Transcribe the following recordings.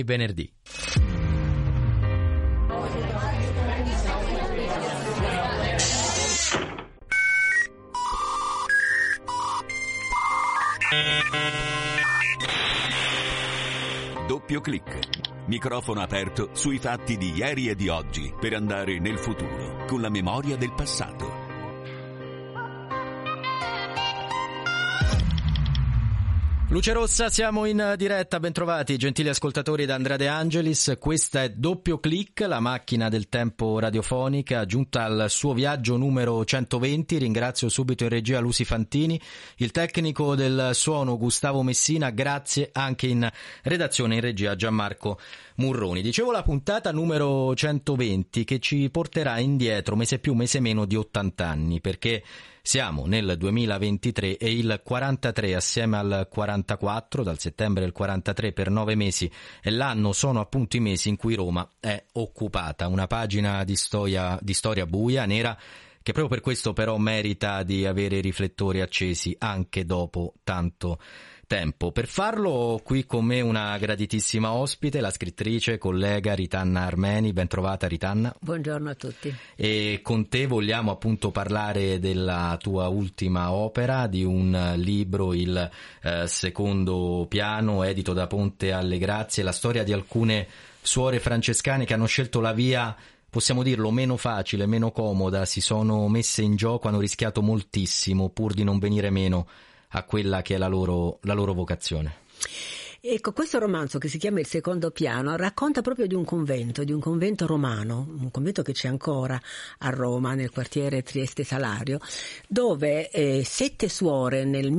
venerdì. Doppio clic. Microfono aperto sui fatti di ieri e di oggi per andare nel futuro con la memoria del passato. Luce Rossa, siamo in diretta, bentrovati gentili ascoltatori da Andrea De Angelis. Questa è Doppio Clic, la macchina del tempo radiofonica giunta al suo viaggio numero 120. Ringrazio subito in regia Lucy Fantini, il tecnico del suono Gustavo Messina, grazie anche in redazione in regia Gianmarco Murroni. Dicevo la puntata numero 120 che ci porterà indietro mese più mese meno di 80 anni, perché siamo nel 2023 e il 43 assieme al 44, dal settembre del 43 per 9 mesi e l'anno sono appunto i mesi in cui Roma è occupata. Una pagina di storia buia, nera, che proprio per questo però merita di avere i riflettori accesi anche dopo tanto tempo. Per farlo ho qui con me una graditissima ospite, la scrittrice, collega Ritanna Armeni. Ben trovata Ritanna. Buongiorno a tutti. E con te vogliamo appunto parlare della tua ultima opera, di un libro, il secondo piano, edito da Ponte alle Grazie, la storia di alcune suore francescane che hanno scelto la via, possiamo dirlo, meno facile, meno comoda, si sono messe in gioco, hanno rischiato moltissimo pur di non venire meno a quella che è la loro vocazione. Ecco, questo romanzo, che si chiama Il secondo piano, racconta proprio di un convento romano, un convento che c'è ancora a Roma, nel quartiere Trieste Salario, dove 7 suore nel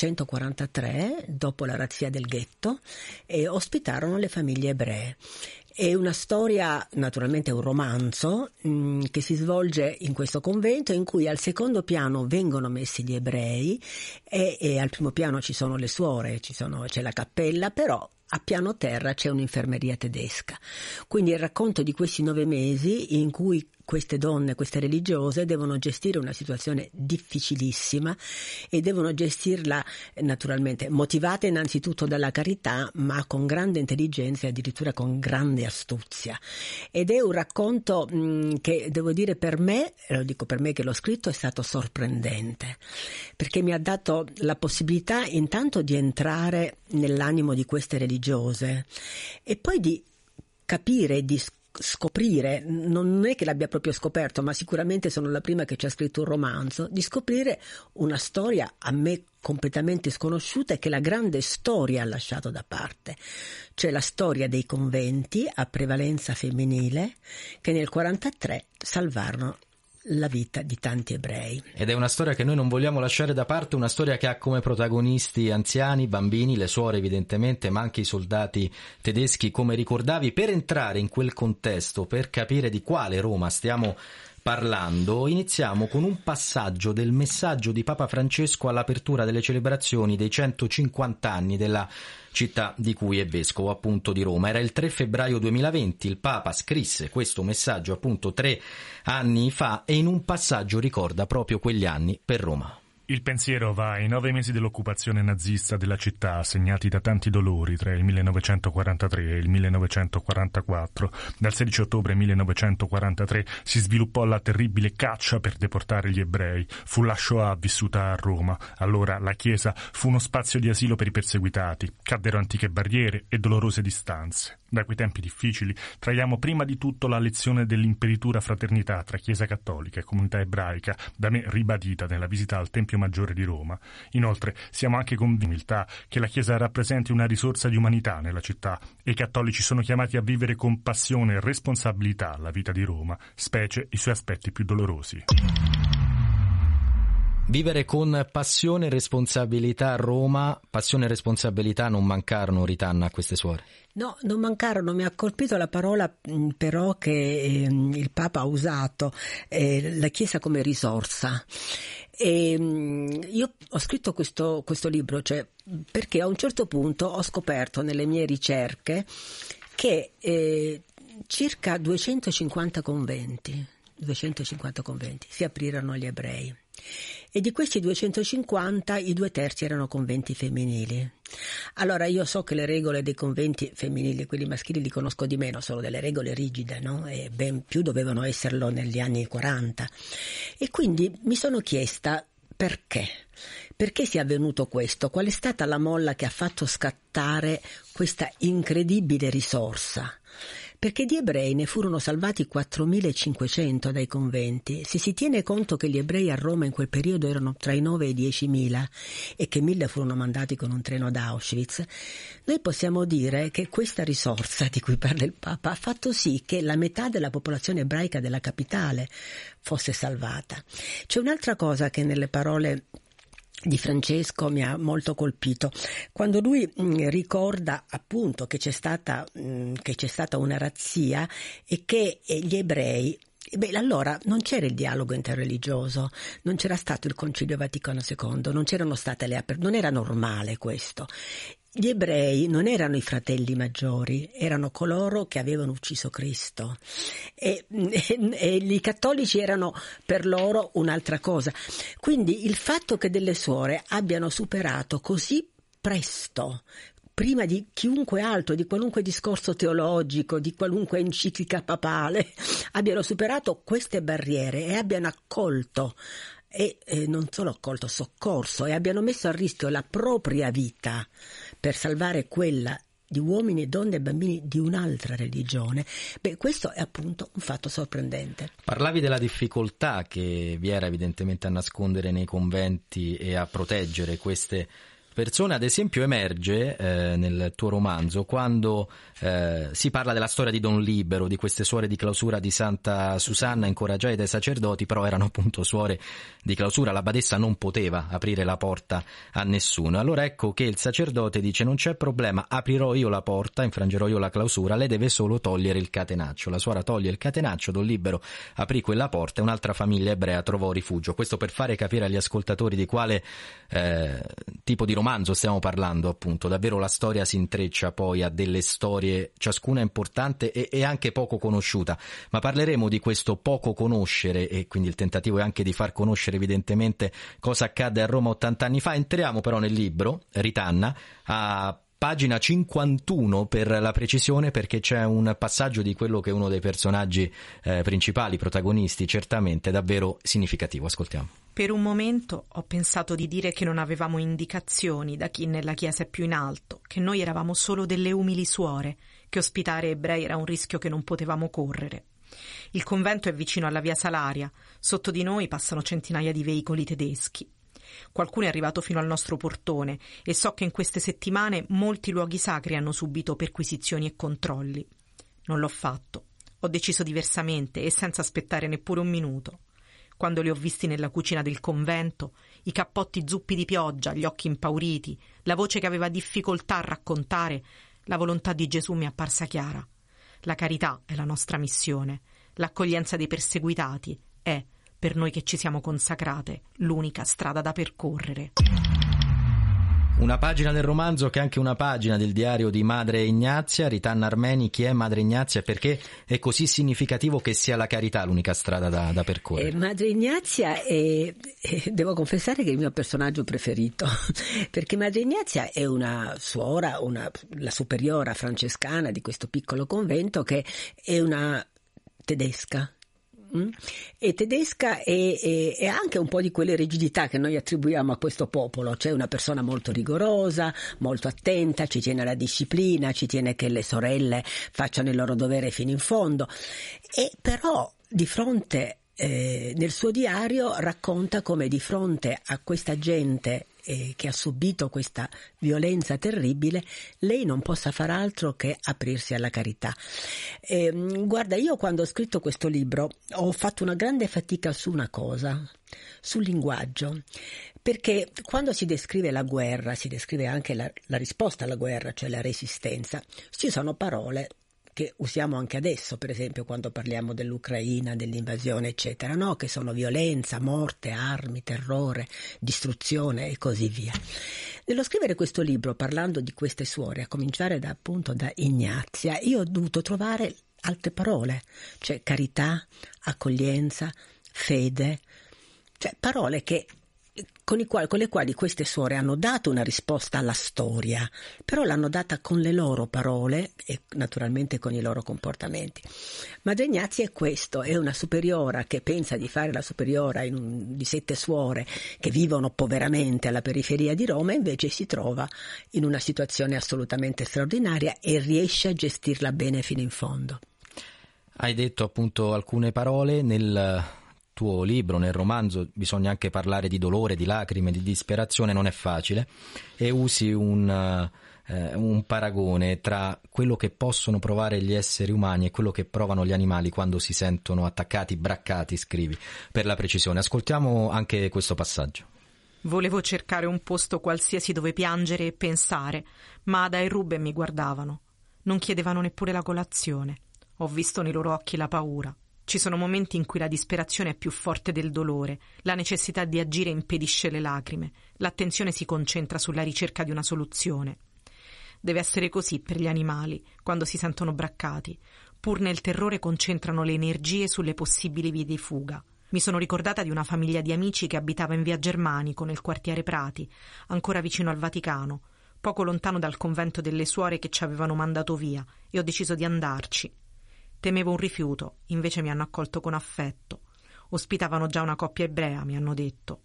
1943, dopo la razzia del ghetto, ospitarono le famiglie ebree. È una storia, naturalmente un romanzo, che si svolge in questo convento, in cui al secondo piano vengono messi gli ebrei e al primo piano ci sono le suore, c'è la cappella, però a piano terra c'è un'infermeria tedesca. Quindi il racconto di questi 9 mesi in cui queste donne, queste religiose, devono gestire una situazione difficilissima e devono gestirla naturalmente motivate innanzitutto dalla carità, ma con grande intelligenza e addirittura con grande astuzia. Ed è un racconto che, devo dire, per me, lo dico per me che l'ho scritto, è stato sorprendente, perché mi ha dato la possibilità intanto di entrare nell'animo di queste religiose e poi di capire, di scoprire, non è che l'abbia proprio scoperto, ma sicuramente sono la prima che ci ha scritto un romanzo, di scoprire una storia a me completamente sconosciuta e che la grande storia ha lasciato da parte, cioè la storia dei conventi a prevalenza femminile che nel 43 salvarono la vita di tanti ebrei. Ed è una storia che noi non vogliamo lasciare da parte, una storia che ha come protagonisti anziani, bambini, le suore evidentemente, ma anche i soldati tedeschi, come ricordavi. Per entrare in quel contesto, per capire di quale Roma stiamo parlando, iniziamo con un passaggio del messaggio di Papa Francesco all'apertura delle celebrazioni dei 150 anni della città di cui è vescovo, appunto di Roma. Era il 3 febbraio 2020, il Papa scrisse questo messaggio appunto 3 anni fa e in un passaggio ricorda proprio quegli anni per Roma. Il pensiero va ai 9 mesi dell'occupazione nazista della città, segnati da tanti dolori tra il 1943 e il 1944. Dal 16 ottobre 1943 si sviluppò la terribile caccia per deportare gli ebrei. Fu la Shoah vissuta a Roma. Allora la Chiesa fu uno spazio di asilo per i perseguitati. Caddero antiche barriere e dolorose distanze. Da quei tempi difficili traiamo prima di tutto la lezione dell'imperitura fraternità tra Chiesa cattolica e comunità ebraica, da me ribadita nella visita al Tempio Maggiore di Roma. Inoltre siamo anche convinti che la Chiesa rappresenti una risorsa di umanità nella città e i cattolici sono chiamati a vivere con passione e responsabilità la vita di Roma, specie i suoi aspetti più dolorosi. Vivere con passione e responsabilità a Roma. Passione e responsabilità non mancarono, Ritanna, a queste suore? No, non mancarono. Mi ha colpito la parola però che il Papa ha usato, la Chiesa come risorsa. Io ho scritto questo libro, cioè, perché a un certo punto ho scoperto nelle mie ricerche che circa 250 conventi si aprirono agli ebrei. e di questi 250 i 2/3 erano conventi femminili. Allora io so che le regole dei conventi femminili, quelli maschili li conosco di meno, sono delle regole rigide, no? E ben più dovevano esserlo negli anni 40. E quindi mi sono chiesta perché? Perché sia avvenuto questo? Qual è stata la molla che ha fatto scattare questa incredibile risorsa? Perché di ebrei ne furono salvati 4.500 dai conventi. Se si tiene conto che gli ebrei a Roma in quel periodo erano tra i 9 e i 10.000 e che 1.000 furono mandati con un treno ad Auschwitz, noi possiamo dire che questa risorsa di cui parla il Papa ha fatto sì che la metà della popolazione ebraica della capitale fosse salvata. C'è un'altra cosa che nelle parole di Francesco mi ha molto colpito, quando lui ricorda appunto che c'è stata una razzia e che gli ebrei, allora non c'era il dialogo interreligioso, non c'era stato il Concilio Vaticano II, non c'erano state non era normale questo. Gli ebrei non erano i fratelli maggiori, erano coloro che avevano ucciso Cristo e i cattolici erano per loro un'altra cosa. Quindi il fatto che delle suore abbiano superato così presto, prima di chiunque altro, di qualunque discorso teologico, di qualunque enciclica papale, abbiano superato queste barriere e abbiano accolto e non solo accolto, soccorso, e abbiano messo a rischio la propria vita per salvare quella di uomini, donne e bambini di un'altra religione, questo è appunto un fatto sorprendente. Parlavi della difficoltà che vi era evidentemente a nascondere nei conventi e a proteggere queste persone. Ad esempio emerge nel tuo romanzo quando si parla della storia di Don Libero, di queste suore di clausura di Santa Susanna incoraggiate dai sacerdoti, però erano appunto suore di clausura, la badessa non poteva aprire la porta a nessuno. Allora ecco che il sacerdote dice: non c'è problema, aprirò io la porta, infrangerò io la clausura, lei deve solo togliere il catenaccio. La suora toglie il catenaccio, Don Libero aprì quella porta e un'altra famiglia ebrea trovò rifugio. Questo per fare capire agli ascoltatori di quale tipo di romanzo stiamo parlando, appunto. Davvero la storia si intreccia poi a delle storie, ciascuna importante e anche poco conosciuta, ma parleremo di questo poco conoscere, e quindi il tentativo è anche di far conoscere evidentemente cosa accadde a Roma 80 anni fa. Entriamo però nel libro, Ritanna, a pagina 51 per la precisione, perché c'è un passaggio di quello che è uno dei personaggi principali, protagonisti, certamente davvero significativo. Ascoltiamo. Per un momento ho pensato di dire che non avevamo indicazioni da chi nella chiesa è più in alto, che noi eravamo solo delle umili suore, che ospitare ebrei era un rischio che non potevamo correre. Il convento è vicino alla via Salaria, sotto di noi passano centinaia di veicoli tedeschi. Qualcuno è arrivato fino al nostro portone e so che in queste settimane molti luoghi sacri hanno subito perquisizioni e controlli. Non l'ho fatto. Ho deciso diversamente e senza aspettare neppure un minuto. Quando li ho visti nella cucina del convento, i cappotti zuppi di pioggia, gli occhi impauriti, la voce che aveva difficoltà a raccontare, la volontà di Gesù mi è apparsa chiara. La carità è la nostra missione. L'accoglienza dei perseguitati è, per noi che ci siamo consacrate, l'unica strada da percorrere. Una pagina del romanzo che è anche una pagina del diario di Madre Ignazia. Ritanna Armeni, chi è Madre Ignazia e perché è così significativo che sia la carità l'unica strada da percorrere? Madre Ignazia devo confessare che è il mio personaggio preferito, perché Madre Ignazia è una suora, la superiora francescana di questo piccolo convento, che è una tedesca. E tedesca e anche un po' di quelle rigidità che noi attribuiamo a questo popolo. C'è una persona molto rigorosa, molto attenta, ci tiene alla disciplina, ci tiene che le sorelle facciano il loro dovere fino in fondo, e però di fronte nel suo diario racconta come di fronte a questa gente che ha subito questa violenza terribile, lei non possa far altro che aprirsi alla carità. Guarda, io quando ho scritto questo libro ho fatto una grande fatica su una cosa, sul linguaggio, perché quando si descrive la guerra, si descrive anche la risposta alla guerra, cioè la resistenza, ci sono parole che usiamo anche adesso, per esempio quando parliamo dell'Ucraina, dell'invasione eccetera, no? Che sono violenza, morte, armi, terrore, distruzione e così via. Nello scrivere questo libro, parlando di queste suore, a cominciare appunto da Ignazia, io ho dovuto trovare altre parole, cioè carità, accoglienza, fede, cioè parole con le quali queste suore hanno dato una risposta alla storia, però l'hanno data con le loro parole e naturalmente con i loro comportamenti. Madre Ignazia è questo, è una superiora che pensa di fare la superiora di 7 suore che vivono poveramente alla periferia di Roma, e invece si trova in una situazione assolutamente straordinaria e riesce a gestirla bene fino in fondo. Hai detto appunto alcune parole nel tuo libro, nel romanzo bisogna anche parlare di dolore, di lacrime, di disperazione, non è facile, e usi un paragone tra quello che possono provare gli esseri umani e quello che provano gli animali quando si sentono attaccati, braccati, scrivi, per la precisione. Ascoltiamo anche questo passaggio. Volevo cercare un posto qualsiasi dove piangere e pensare, ma Ada e Ruben mi guardavano. Non chiedevano neppure la colazione. Ho visto nei loro occhi la paura. Ci sono momenti in cui la disperazione è più forte del dolore, la necessità di agire impedisce le lacrime, l'attenzione si concentra sulla ricerca di una soluzione. Deve essere così per gli animali, quando si sentono braccati. Pur nel terrore concentrano le energie sulle possibili vie di fuga. Mi sono ricordata di una famiglia di amici che abitava in via Germanico, nel quartiere Prati, ancora vicino al Vaticano, poco lontano dal convento delle suore che ci avevano mandato via, e ho deciso di andarci. Temevo un rifiuto, invece mi hanno accolto con affetto. Ospitavano già una coppia ebrea, mi hanno detto.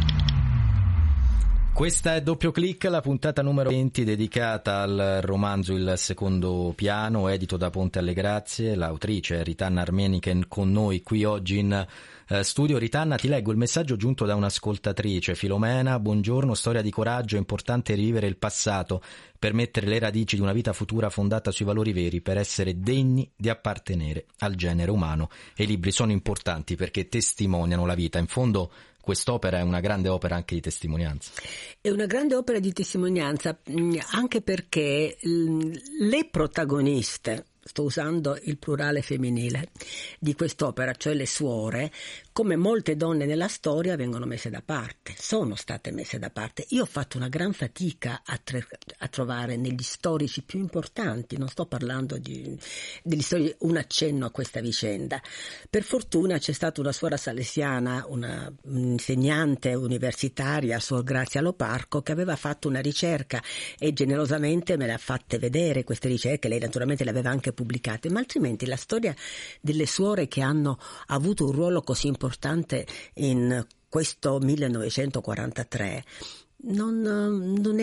Questa è Doppio Clic, la puntata numero 20 dedicata al romanzo Il secondo piano, edito da Ponte alle Grazie. L'autrice Ritanna Armenichen con noi qui oggi in studio. Ritanna, ti leggo il messaggio giunto da un'ascoltatrice, Filomena. Buongiorno, storia di coraggio, è importante rivivere il passato per mettere le radici di una vita futura fondata sui valori veri, per essere degni di appartenere al genere umano. E i libri sono importanti perché testimoniano la vita. In fondo quest'opera è una grande opera anche di testimonianza. È una grande opera di testimonianza anche perché le protagoniste, sto usando il plurale femminile, di quest'opera, cioè le suore, come molte donne nella storia, vengono messe da parte, sono state messe da parte. Io ho fatto una gran fatica a trovare negli storici più importanti, non sto parlando degli storici, un accenno a questa vicenda. Per fortuna c'è stata una suora salesiana, una insegnante universitaria, Suor Grazia Loparco, che aveva fatto una ricerca e generosamente me le ha fatte vedere queste ricerche. Lei naturalmente le aveva anche pubblicate, ma altrimenti la storia delle suore che hanno avuto un ruolo così importante in questo 1943 non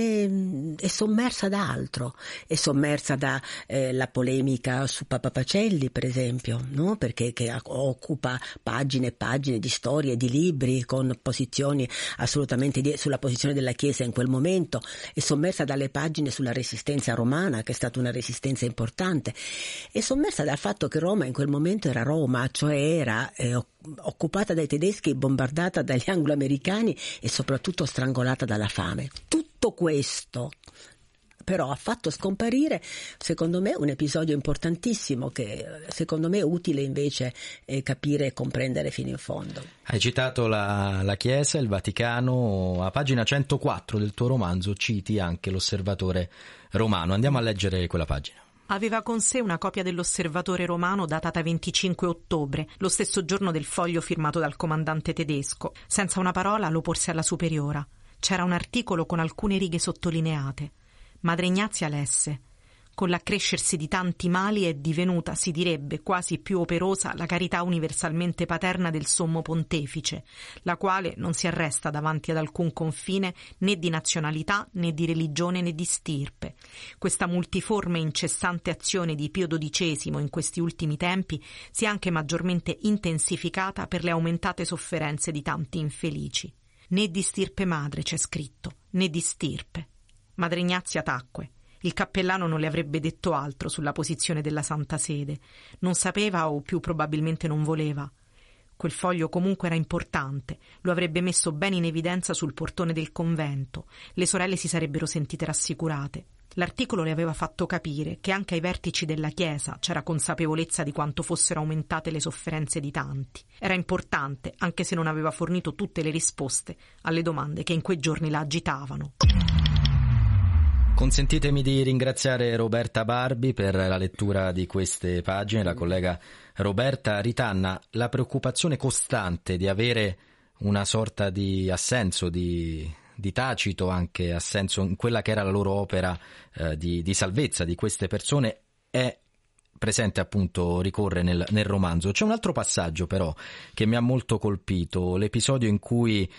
è sommersa da altro, è sommersa da la polemica su Papa Pacelli, per esempio, no? Perché che occupa pagine e pagine di storie, di libri con posizioni assolutamente sulla posizione della Chiesa in quel momento, è sommersa dalle pagine sulla resistenza romana, che è stata una resistenza importante, è sommersa dal fatto che Roma in quel momento era Roma, cioè era occupata dai tedeschi, bombardata dagli anglo-americani e soprattutto strangolata dalla fame. Tutto questo però ha fatto scomparire, secondo me, un episodio importantissimo che secondo me è utile invece capire e comprendere fino in fondo. Hai citato la Chiesa, il Vaticano, a pagina 104 del tuo romanzo citi anche l'Osservatore Romano. Andiamo a leggere quella pagina. Aveva con sé una copia dell'Osservatore Romano datata 25 ottobre, lo stesso giorno del foglio firmato dal comandante tedesco. Senza una parola lo porse alla superiora. C'era un articolo con alcune righe sottolineate. Madre Ignazia lesse: con l'accrescersi di tanti mali è divenuta, si direbbe, quasi più operosa la carità universalmente paterna del Sommo Pontefice, la quale non si arresta davanti ad alcun confine né di nazionalità, né di religione, né di stirpe. Questa multiforme e incessante azione di Pio XII in questi ultimi tempi si è anche maggiormente intensificata per le aumentate sofferenze di tanti infelici. Né di stirpe madre, c'è scritto, né di stirpe. Madre Ignazia tacque. Il cappellano non le avrebbe detto altro sulla posizione della Santa Sede. Non sapeva o più probabilmente non voleva. Quel foglio comunque era importante, lo avrebbe messo bene in evidenza sul portone del convento. Le sorelle si sarebbero sentite rassicurate. L'articolo le aveva fatto capire che anche ai vertici della Chiesa c'era consapevolezza di quanto fossero aumentate le sofferenze di tanti. Era importante, anche se non aveva fornito tutte le risposte alle domande che in quei giorni la agitavano. Consentitemi di ringraziare Roberta Barbi per la lettura di queste pagine, la collega Roberta. Ritanna, la preoccupazione costante di avere una sorta di assenso, di Tacito, anche assenso in quella che era la loro opera di salvezza di queste persone, è presente, appunto, ricorre nel romanzo. C'è un altro passaggio però che mi ha molto colpito, l'episodio in cui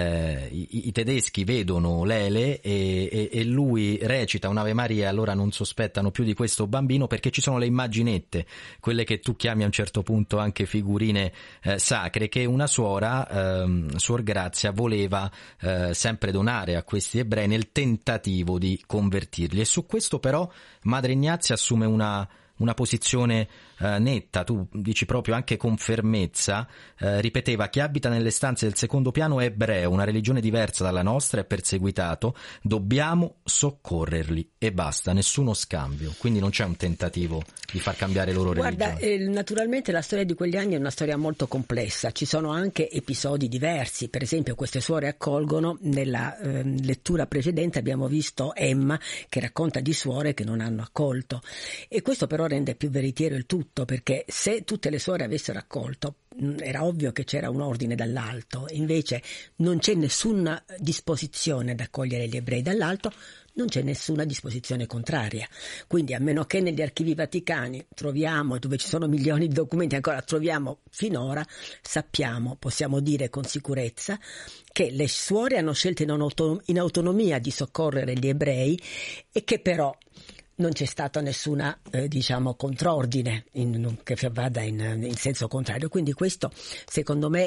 i tedeschi vedono Lele e lui recita un'Ave Maria, allora non sospettano più di questo bambino, perché ci sono le immaginette, quelle che tu chiami a un certo punto anche figurine sacre, che una suora, Suor Grazia, voleva sempre donare a questi ebrei nel tentativo di convertirli, e su questo però Madre Ignazia assume una posizione netta. Tu dici proprio, anche con fermezza, ripeteva: chi abita nelle stanze del secondo piano è ebreo, una religione diversa dalla nostra, è perseguitato, dobbiamo soccorrerli e basta, nessuno scambio. Quindi non c'è un tentativo di far cambiare loro religione. Guarda, naturalmente la storia di quegli anni è una storia molto complessa, ci sono anche episodi diversi. Per esempio, queste suore accolgono, nella lettura precedente abbiamo visto Emma che racconta di suore che non hanno accolto, e questo però rende più veritiero il tutto, perché se tutte le suore avessero accolto era ovvio che c'era un ordine dall'alto, invece non c'è nessuna disposizione ad accogliere gli ebrei dall'alto, non c'è nessuna disposizione contraria. Quindi, a meno che negli archivi vaticani troviamo, dove ci sono milioni di documenti, ancora troviamo finora, sappiamo, possiamo dire con sicurezza, che le suore hanno scelto in autonomia di soccorrere gli ebrei, e che però non c'è stato nessuna contrordine che vada in senso contrario. Quindi questo, secondo me,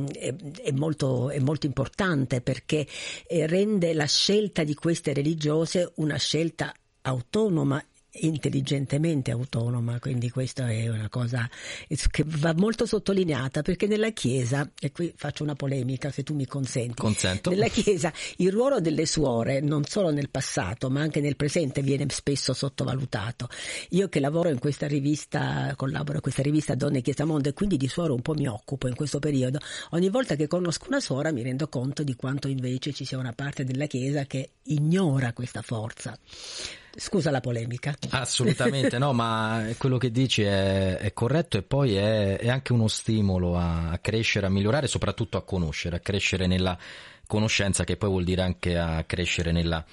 è molto importante, perché rende la scelta di queste religiose una scelta autonoma, intelligentemente autonoma. Quindi questa è una cosa che va molto sottolineata, perché nella Chiesa, e qui faccio una polemica se tu mi consenti, consento, nella Chiesa il ruolo delle suore, non solo nel passato ma anche nel presente, viene spesso sottovalutato. Io che lavoro in questa rivista, collaboro a questa rivista Donne Chiesa Mondo, e quindi di suore un po' mi occupo in questo periodo, ogni volta che conosco una suora mi rendo conto di quanto invece ci sia una parte della Chiesa che ignora questa forza. Scusa la polemica. Assolutamente no, ma quello che dici è corretto, e poi è anche uno stimolo a crescere, a migliorare, soprattutto a conoscere, a crescere nella conoscenza, che poi vuol dire anche a crescere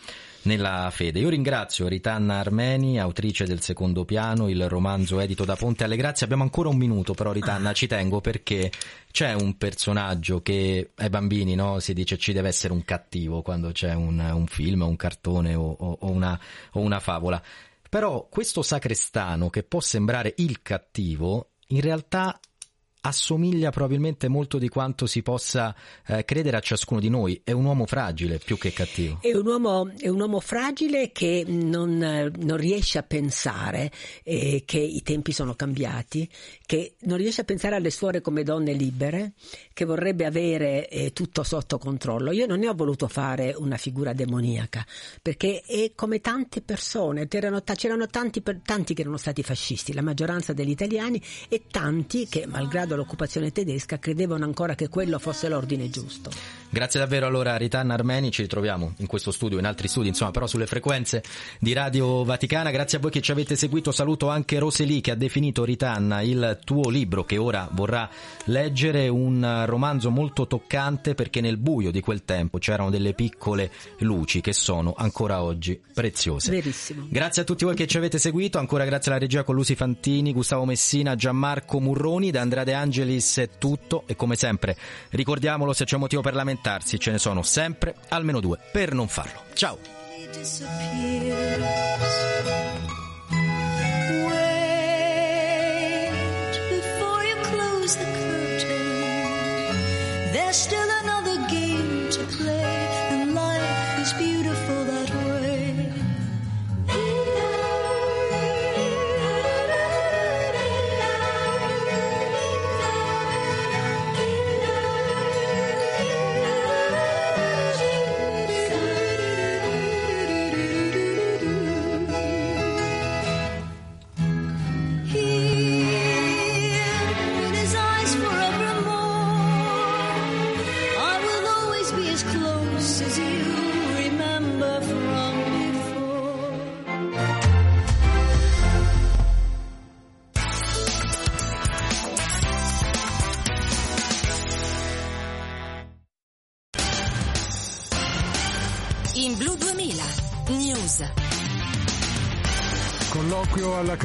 nella fede. Io ringrazio Ritanna Armeni, autrice del Secondo Piano, il romanzo edito da Ponte alle Grazie. Abbiamo ancora un minuto, però Ritanna, ci tengo, perché c'è un personaggio che ai bambini, no, si dice ci deve essere un cattivo quando c'è un film, un cartone o una favola. Però questo sacrestano, che può sembrare il cattivo, in realtà assomiglia probabilmente molto di quanto si possa credere a ciascuno di noi. È un uomo fragile più che cattivo. È un uomo fragile che non riesce a pensare che i tempi sono cambiati, che non riesce a pensare alle suore come donne libere, che vorrebbe avere tutto sotto controllo. Io non ne ho voluto fare una figura demoniaca, perché è come tante persone, c'erano tanti che erano stati fascisti, la maggioranza degli italiani, e tanti che, malgrado l'occupazione tedesca, credevano ancora che quello fosse l'ordine giusto. Grazie davvero allora Ritanna Armeni, ci ritroviamo in questo studio, in altri studi, insomma, però sulle frequenze di Radio Vaticana. Grazie a voi che ci avete seguito, saluto anche Roseli, che ha definito, Ritanna, il tuo libro che ora vorrà leggere un romanzo molto toccante, perché nel buio di quel tempo c'erano delle piccole luci che sono ancora oggi preziose. Verissimo. Grazie a tutti voi che ci avete seguito, ancora grazie alla regia con Lucy Fantini, Gustavo Messina, Gianmarco Murroni. Da Andrea De Angelis è tutto, e come sempre ricordiamolo, se c'è un motivo per lamentarsi ce ne sono sempre almeno due per non farlo. Ciao. There's still another game to play, and life is beautiful that way. News. Colloquio alla